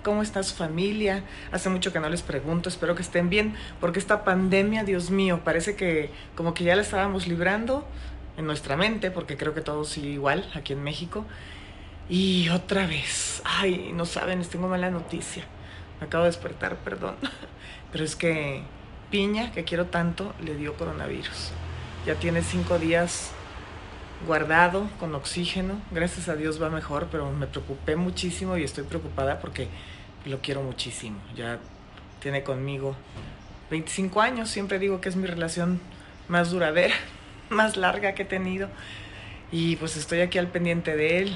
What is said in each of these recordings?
¿Cómo está su familia? Hace mucho que no les pregunto, espero que estén bien, porque esta pandemia, Dios mío, parece que como que ya la estábamos librando en nuestra mente, porque creo que todos sigue igual aquí en México. Y otra vez, ay, no saben, les tengo mala noticia. Me acabo de despertar, perdón. Pero es que Piña, que quiero tanto, le dio coronavirus. Ya tiene 5 días guardado con oxígeno. Gracias a Dios va mejor, pero me preocupé muchísimo y estoy preocupada porque lo quiero muchísimo. Ya tiene conmigo 25 años. Siempre digo que es mi relación más duradera, más larga que he tenido. Y pues estoy aquí al pendiente de él.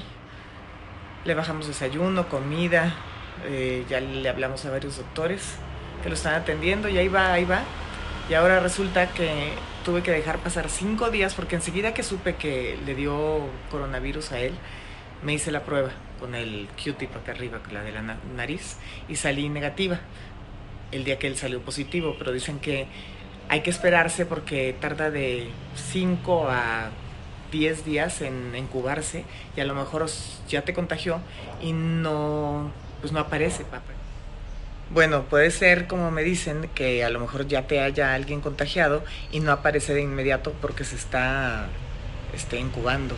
Le bajamos desayuno, comida. Ya le hablamos a varios doctores que lo están atendiendo y ahí va, ahí va. Y ahora resulta que tuve que dejar pasar 5 días porque enseguida que supe que le dio coronavirus a él, me hice la prueba con el Q-tip acá arriba, con la de la nariz, y salí negativa el día que él salió positivo, pero dicen que hay que esperarse porque tarda de 5 a 10 días en incubarse y a lo mejor ya te contagió y no, pues no aparece, papá. Bueno, puede ser como me dicen que a lo mejor ya te haya alguien contagiado y no aparece de inmediato porque se está incubando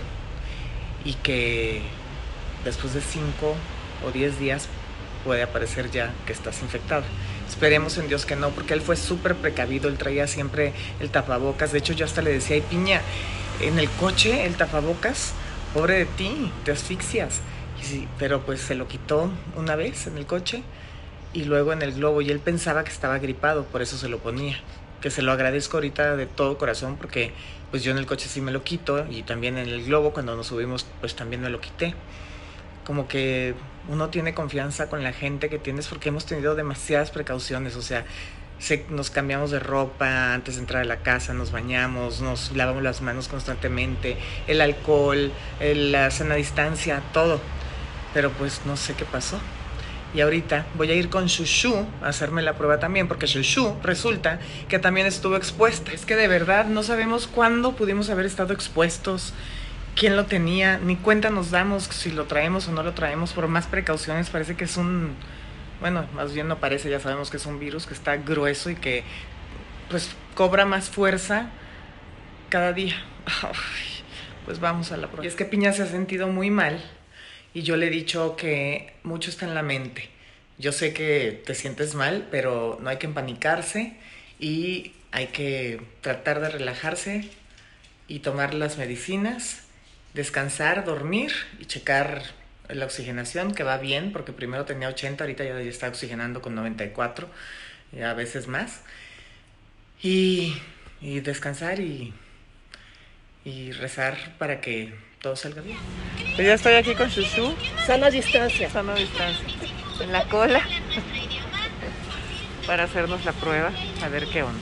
y que después de 5 o 10 días puede aparecer ya que estás infectado. Esperemos en Dios que no, porque él fue súper precavido, él traía siempre el tapabocas. De hecho, yo hasta le decía, ay, Piña, en el coche el tapabocas, pobre de ti, te asfixias. Y sí, pero pues se lo quitó una vez en el coche y luego en el globo, y él pensaba que estaba gripado, por eso se lo ponía. Que se lo agradezco ahorita de todo corazón, porque pues yo en el coche sí me lo quito, y también en el globo cuando nos subimos pues también me lo quité. Como que uno tiene confianza con la gente que tienes porque hemos tenido demasiadas precauciones, o sea, nos cambiamos de ropa antes de entrar a la casa, nos bañamos, nos lavamos las manos constantemente, el alcohol, la sana distancia, todo. Pero pues no sé qué pasó. Y ahorita voy a ir con Shushu a hacerme la prueba también, porque Shushu resulta que también estuvo expuesta. Es que de verdad no sabemos cuándo pudimos haber estado expuestos, quién lo tenía, ni cuenta nos damos si lo traemos o no lo traemos. Por más precauciones parece que es bueno, más bien no parece, ya sabemos que es un virus que está grueso y que pues cobra más fuerza cada día. Ay, pues vamos a la prueba. Y es que Piña se ha sentido muy mal. Y yo le he dicho que mucho está en la mente. Yo sé que te sientes mal, pero no hay que empanicarse y hay que tratar de relajarse y tomar las medicinas, descansar, dormir y checar la oxigenación, que va bien, porque primero tenía 80, ahorita ya está oxigenando con 94, y a veces más. Y descansar y rezar para que todo salga bien. Pues ya estoy aquí con Shushu. Sana distancia. Sana distancia. En la cola. Para hacernos la prueba. A ver qué onda.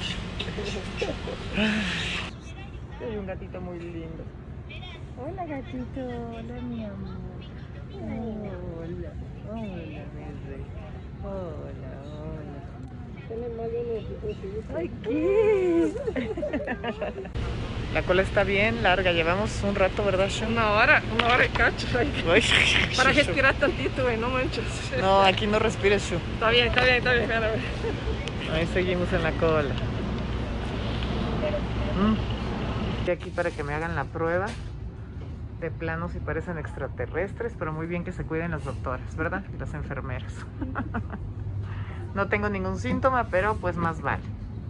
Hay un gatito muy lindo. Hola gatito, hola mi amor. Hola, hola bebé. Hola, hola. Tiene más de Ay, ¿qué? La cola está bien larga, llevamos un rato, ¿verdad, Shu? una hora y cacho. Para respirar tantito, güey, no manches. No, aquí no respires, Shu. Está bien, espérame. Ahí seguimos en la cola. Estoy aquí para que me hagan la prueba. De plano si parecen extraterrestres, pero muy bien que se cuiden los doctores, ¿verdad? Y las enfermeras. No tengo ningún síntoma, pero pues más vale.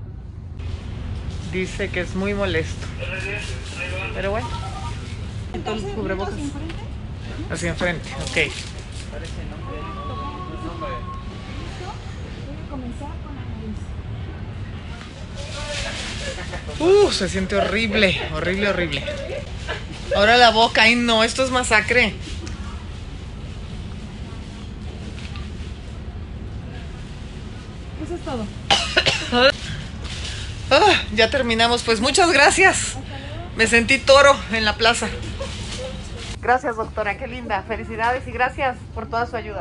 Dice que es muy molesto. Pero bueno. Entonces, cubrebocas. Hacia enfrente, ok. Voy a comenzar con la nariz. Se siente horrible, horrible. Ahora la boca, ay no, esto es masacre. Eso es todo. Ya terminamos, pues muchas gracias. Me sentí toro en la plaza. Gracias, doctora, qué linda. Felicidades y gracias por toda su ayuda.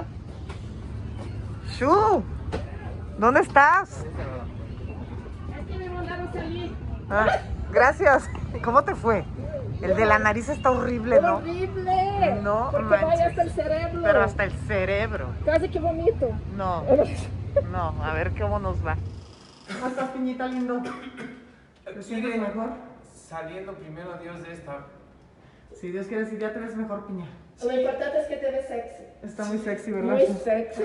Shu, ¿dónde estás? Es que me mandaron salir. Gracias. ¿Cómo te fue? El de la nariz está horrible, ¿no? Horrible. No porque manches. vaya hasta el cerebro. Pero hasta el cerebro. Casi que vomito. No, no, a ver cómo nos va. ¿Cómo estás, Piñita lindo? ¿Te sientes mejor? Saliendo primero Dios de esta. Si Dios quiere, si ya te ves mejor, Piña. Lo importante es que te ves sexy. Está muy sexy, ¿verdad? Muy sexy.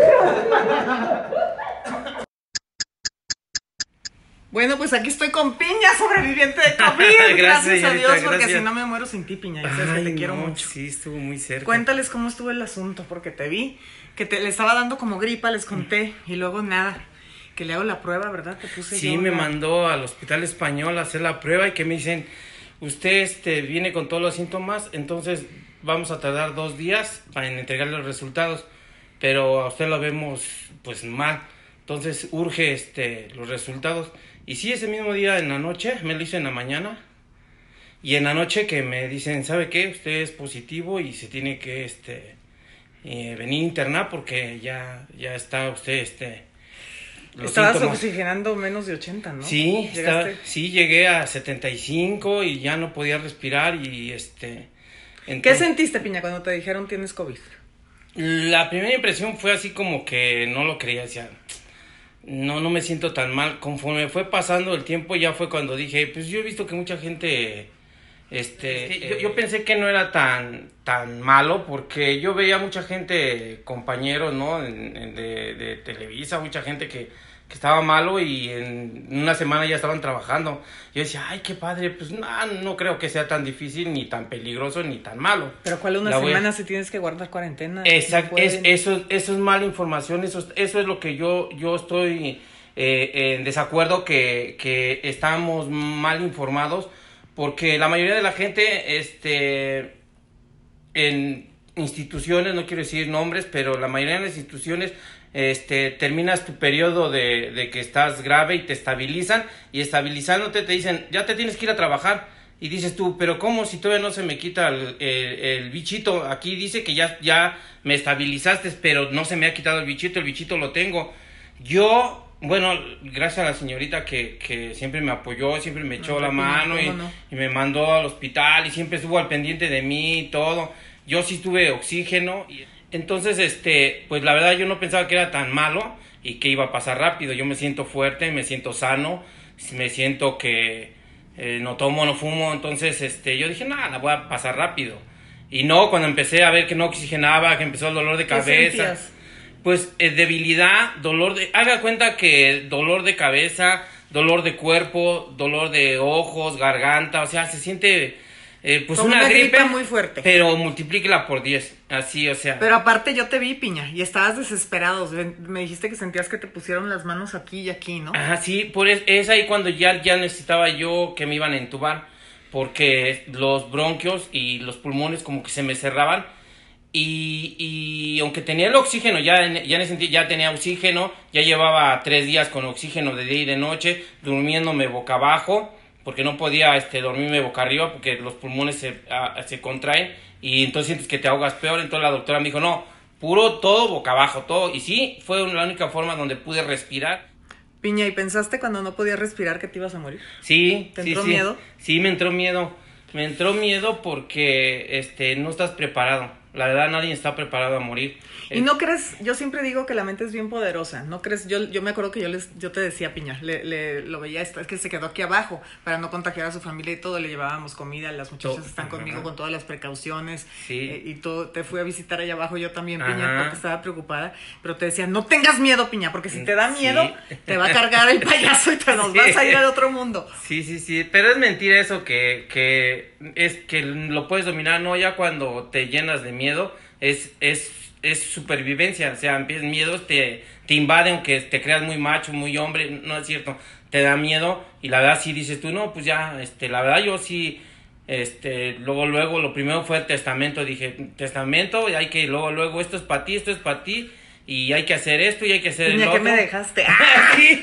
Bueno, pues aquí estoy con Piña, sobreviviente de COVID. Gracias a Dios, porque gracias. si no me muero sin ti, Piña. Ya sabes que te quiero mucho. Sí, estuvo muy cerca. Cuéntales cómo estuvo el asunto, porque te vi que le estaba dando como gripa, les conté, y luego nada, que le hago la prueba, ¿verdad? Te puse Sí, yo me la- mandó al Hospital Español a hacer la prueba y que me dicen, usted viene con todos los síntomas, entonces vamos a tardar 2 días para entregarle los resultados, pero a usted lo vemos pues mal, entonces urge los resultados. Y sí, ese mismo día en la noche, me lo hice en la mañana, y en la noche que me dicen, ¿sabe qué? Usted es positivo y se tiene que venir a internar porque ya está usted los Estabas síntomas. oxigenando menos de 80, ¿no? Sí, ¿Llegaste? sí, llegué a 75 y ya no podía respirar y ¿Qué entonces, sentiste, Piña, cuando te dijeron tienes COVID? la primera impresión fue así como que no lo creía, decía, no me siento tan mal. Conforme fue pasando el tiempo ya fue cuando dije, pues yo he visto que mucha gente, yo pensé que no era tan malo porque yo veía mucha gente, compañeros, ¿no? De Televisa, mucha gente que estaba malo y en una semana ya estaban trabajando. Yo decía, ay, qué padre, pues no creo que sea tan difícil, ni tan peligroso, ni tan malo. Pero ¿cuál una La voy a- semana si tienes que guardar cuarentena? Exacto, No pueden. eso es mala información, eso es lo que yo estoy en desacuerdo, que estamos mal informados, porque la mayoría de la gente, en instituciones, no quiero decir nombres, pero la mayoría de las instituciones, terminas tu periodo de que estás grave y te estabilizan, y estabilizándote te dicen, ya te tienes que ir a trabajar. Y dices tú, pero ¿cómo si todavía no se me quita el bichito? Aquí dice que ya me estabilizaste, pero no se me ha quitado el bichito lo tengo. Yo, bueno, gracias a la señorita que siempre me apoyó, siempre me echó la mano y me mandó al hospital y siempre estuvo al pendiente de mí y todo. Yo sí tuve oxígeno. Entonces, pues la verdad yo no pensaba que era tan malo y que iba a pasar rápido. Yo me siento fuerte, me siento sano, me siento que no tomo, no fumo, entonces yo dije, nada, la voy a pasar rápido. Y no, cuando empecé a ver que no oxigenaba, que empezó el dolor de cabeza, sentías? pues debilidad, haga cuenta que dolor de cabeza, dolor de cuerpo, dolor de ojos, garganta, o sea, se siente pues Como una gripe muy fuerte. pero multiplíquela por 10, así, o sea. Pero aparte yo te vi, Piña, y estabas desesperado. Me dijiste que sentías que te pusieron las manos aquí y aquí, ¿no? Ajá, sí, es ahí cuando ya necesitaba yo que me iban a entubar, porque los bronquios y los pulmones como que se me cerraban, y aunque tenía el oxígeno, ya tenía oxígeno, ya llevaba 3 días con oxígeno de día y de noche, durmiéndome boca abajo, porque no podía dormirme boca arriba, porque los pulmones se contraen, y entonces sientes que te ahogas peor. Entonces la doctora me dijo, no, todo boca abajo, todo. Y sí, fue la única forma donde pude respirar. Piña, ¿y pensaste cuando no podías respirar que te ibas a morir? Sí. ¿Te entró miedo? Sí, me entró miedo. Me entró miedo porque no estás preparado. La verdad, nadie está preparado a morir. ¿Y no crees? Yo siempre digo que la mente es bien poderosa. ¿No crees? Yo me acuerdo que yo te decía, Piña, lo veía esto, es que se quedó aquí abajo para no contagiar a su familia y todo. Le llevábamos comida, las muchachas están conmigo con todas las precauciones. Sí. Y tú te fui a visitar allá abajo, yo también, Ajá. Piña, porque estaba preocupada. Pero te decía, no tengas miedo, Piña, porque si te da Sí. miedo, te va a cargar el payaso y te nos vas a ir al otro mundo. Sí, pero es mentira eso que lo puedes dominar, ¿no? Ya cuando te llenas de miedo, es supervivencia, o sea, miedos te invaden, aunque te creas muy macho, muy hombre, no es cierto, te da miedo, y la verdad sí dices tú, no, pues ya, la verdad yo sí, luego, lo primero fue el testamento, dije, testamento, y hay que, luego, esto es para ti, y hay que hacer esto, y hay que hacer Piña, el ¿qué otro. me dejaste? Sí.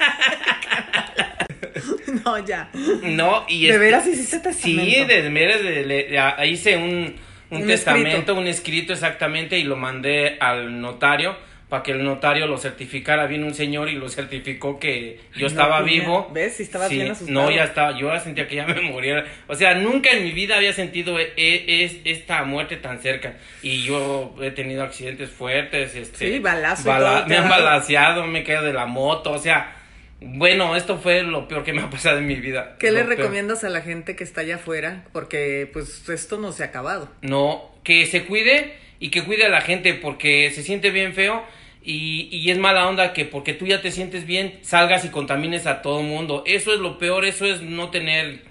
No, ya. No, y ¿De veras hiciste testamento? Sí, de veras, hice un Un testamento, un escrito exactamente, y lo mandé al notario para que el notario lo certificara. Vino un señor y lo certificó que yo estaba vivo. ¿Ves? Si estabas bien asustado. No, ya estaba, yo ya sentía que ya me moría. O sea, nunca en mi vida había sentido esta muerte tan cerca. Y yo he tenido accidentes fuertes. Sí, balazo y todo, me han balaceado, me he caído de la moto, o sea... Bueno, esto fue lo peor que me ha pasado en mi vida. ¿Qué le recomiendas a la gente que está allá afuera? Porque pues esto no se ha acabado. No, que se cuide y que cuide a la gente porque se siente bien feo y es mala onda que porque tú ya te sientes bien salgas y contamines a todo mundo. Eso es lo peor, eso es no tener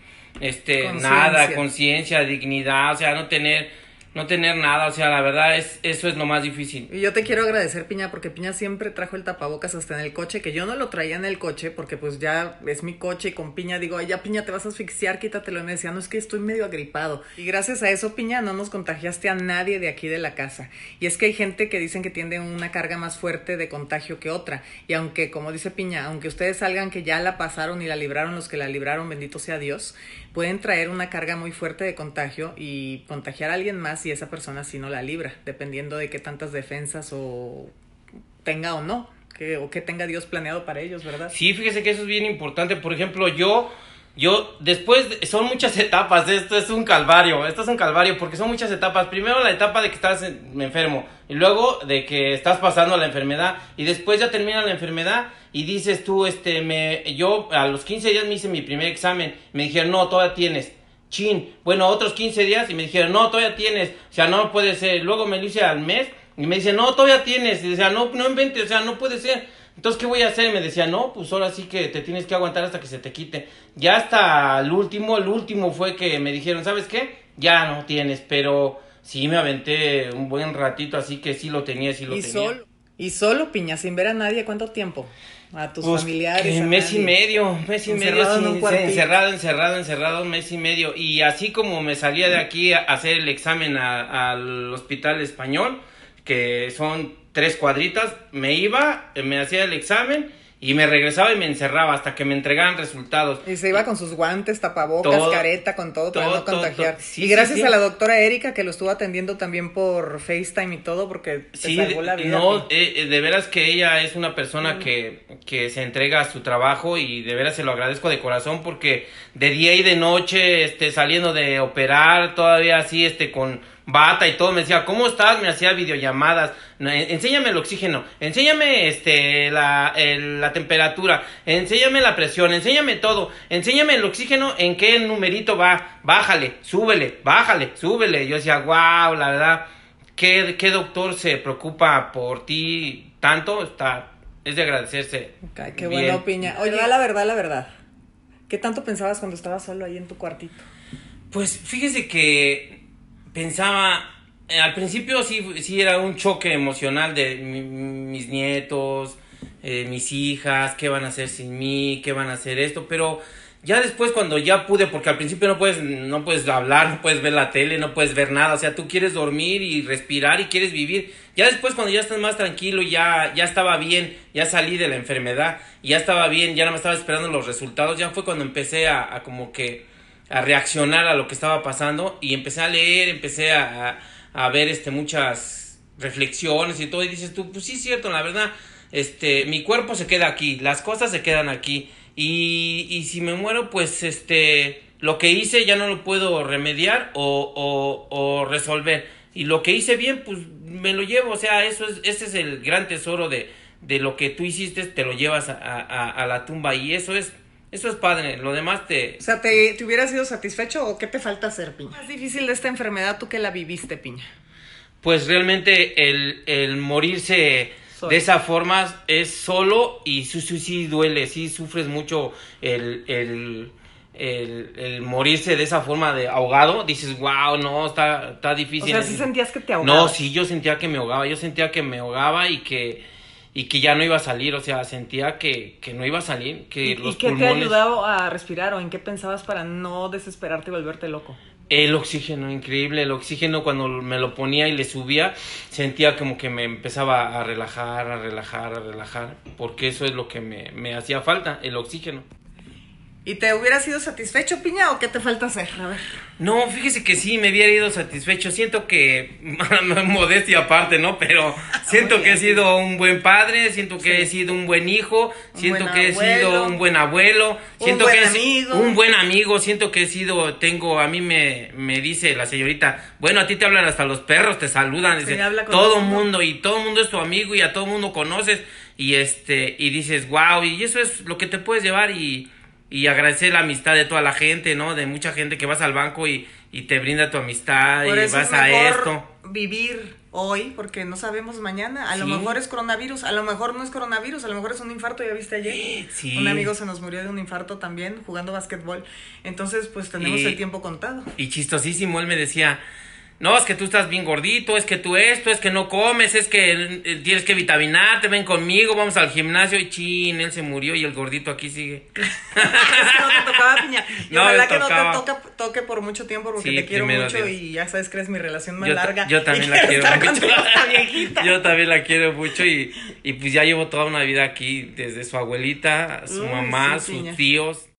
nada, conciencia, dignidad, o sea, no tener nada, o sea, la verdad eso es lo más difícil. Y yo te quiero agradecer, Piña, porque Piña siempre trajo el tapabocas hasta en el coche, que yo no lo traía en el coche, porque pues ya es mi coche, y con Piña digo, ay, ya Piña, te vas a asfixiar, quítatelo, y me decía, no, es que estoy medio agripado, y gracias a eso, Piña, no nos contagiaste a nadie de aquí de la casa, y es que hay gente que dicen que tiene una carga más fuerte de contagio que otra, y aunque, como dice Piña, aunque ustedes salgan que ya la pasaron y la libraron, los que la libraron, bendito sea Dios, pueden traer una carga muy fuerte de contagio y contagiar a alguien más y esa persona sí no la libra, dependiendo de qué tantas defensas o tenga o no, o qué tenga Dios planeado para ellos, ¿verdad? Sí, fíjese que eso es bien importante. Por ejemplo, yo después, son muchas etapas, esto es un calvario porque son muchas etapas. Primero la etapa de que estás enfermo y luego de que estás pasando la enfermedad y después ya termina la enfermedad y dices tú, yo a los 15 días me hice mi primer examen, me dijeron, no, todavía tienes. Bueno, otros 15 días y me dijeron, no, todavía tienes, o sea, no puede ser. Luego me lo hice al mes y me dicen, no, todavía tienes, y decía, no inventes, o sea, no puede ser. Entonces, ¿qué voy a hacer? Y me decía, no, pues ahora sí que te tienes que aguantar hasta que se te quite. Ya hasta el último fue que me dijeron, ¿sabes qué? Ya no tienes, pero sí me aventé un buen ratito, así que sí lo tenía. ¿Y solo, Piña, sin ver a nadie? ¿Cuánto tiempo? A tus familiares. Mes y medio, encerrado, mes y medio. Y así como me salía de aquí a hacer el examen al hospital español, que son 3 cuadritas, me iba, me hacía el examen y me regresaba y me encerraba hasta que me entregaran resultados. Y se iba con sus guantes, tapabocas, careta, con todo para no contagiar. Sí, y gracias a la doctora Erika que lo estuvo atendiendo también por FaceTime y todo porque te salvó la vida. No, de veras que ella es una persona que se entrega a su trabajo y de veras se lo agradezco de corazón porque de día y de noche, saliendo de operar, todavía así, con bata y todo, me decía, ¿cómo estás? Me hacía videollamadas, enséñame el oxígeno, enséñame la temperatura, enséñame la presión, enséñame todo, enséñame el oxígeno, en qué numerito va, bájale, súbele, yo decía, wow, la verdad, ¿qué doctor se preocupa por ti tanto? Es de agradecerse. Okay, qué bueno, Piña. Oye, la verdad, ¿qué tanto pensabas cuando estabas solo ahí en tu cuartito? Pues fíjese que pensaba, al principio sí era un choque emocional de mis nietos, mis hijas, qué van a hacer sin mí, qué van a hacer esto, pero ya después cuando ya pude, porque al principio no puedes hablar, no puedes ver la tele, no puedes ver nada, o sea, tú quieres dormir y respirar y quieres vivir. Ya después cuando ya estás más tranquilo, ya estaba bien, ya salí de la enfermedad, ya estaba bien, ya no me estaba esperando los resultados, ya fue cuando empecé a como que a reaccionar a lo que estaba pasando y empecé a leer, empecé a ver muchas reflexiones y todo y dices tú, pues sí es cierto, la verdad, mi cuerpo se queda aquí, las cosas se quedan aquí y si me muero pues lo que hice ya no lo puedo remediar o resolver y lo que hice bien pues me lo llevo, o sea, ese es el gran tesoro de lo que tú hiciste, te lo llevas a la tumba y eso es padre, lo demás O sea, ¿te hubieras sido satisfecho o qué te falta hacer, Piña? ¿Más difícil de esta enfermedad tú que la viviste, Piña? Pues realmente el morirse de esa forma es solo y sí duele, sí sufres mucho el morirse de esa forma de ahogado, dices, wow, no, está difícil. O sea, ¿sí sentías que te ahogabas? No, sí, yo sentía que me ahogaba y que ya no iba a salir, o sea, sentía que no iba a salir, que los qué pulmones... te ayudaba a respirar o en qué pensabas para no desesperarte y volverte loco? El oxígeno, increíble, el oxígeno cuando me lo ponía y le subía, sentía como que me empezaba a relajar, porque eso es lo que me hacía falta, el oxígeno. ¿Y te hubieras sido satisfecho, Piña, o qué te falta hacer? A ver. No, fíjese que sí, me hubiera ido satisfecho. Siento que, modestia aparte, ¿no? Pero siento que he sido un buen padre, siento que he sido un buen hijo, siento que he sido un buen abuelo, siento que un buen amigo, siento que he sido, a mí me dice la señorita, bueno, a ti te hablan hasta los perros, te saludan, dice, todo mundo, y todo mundo es tu amigo y a todo mundo conoces, y y dices, wow, y eso es lo que te puedes llevar y agradecer la amistad de toda la gente, ¿no? De mucha gente que vas al banco y te brinda tu amistad y vas a esto. Vivir hoy, porque no sabemos mañana. A lo mejor es coronavirus, a lo mejor no es coronavirus, a lo mejor es un infarto, ¿ya viste ayer? Sí. Un amigo se nos murió de un infarto también, jugando básquetbol. Entonces, pues tenemos el tiempo contado. Y chistosísimo, él me decía, no, es que tú estás bien gordito, es que tú esto, es que no comes, es que tienes que vitaminarte, ven conmigo, vamos al gimnasio. Y chin, él se murió y el gordito aquí sigue. Es que no te tocaba, Piña. Y no, ojalá que no te toque por mucho tiempo, porque sí, te quiero mucho Dios. Y ya sabes que eres mi relación más larga. Yo también la quiero mucho. Viejita. Yo también la quiero mucho y pues ya llevo toda una vida aquí, desde su abuelita, su mamá, sus tíos.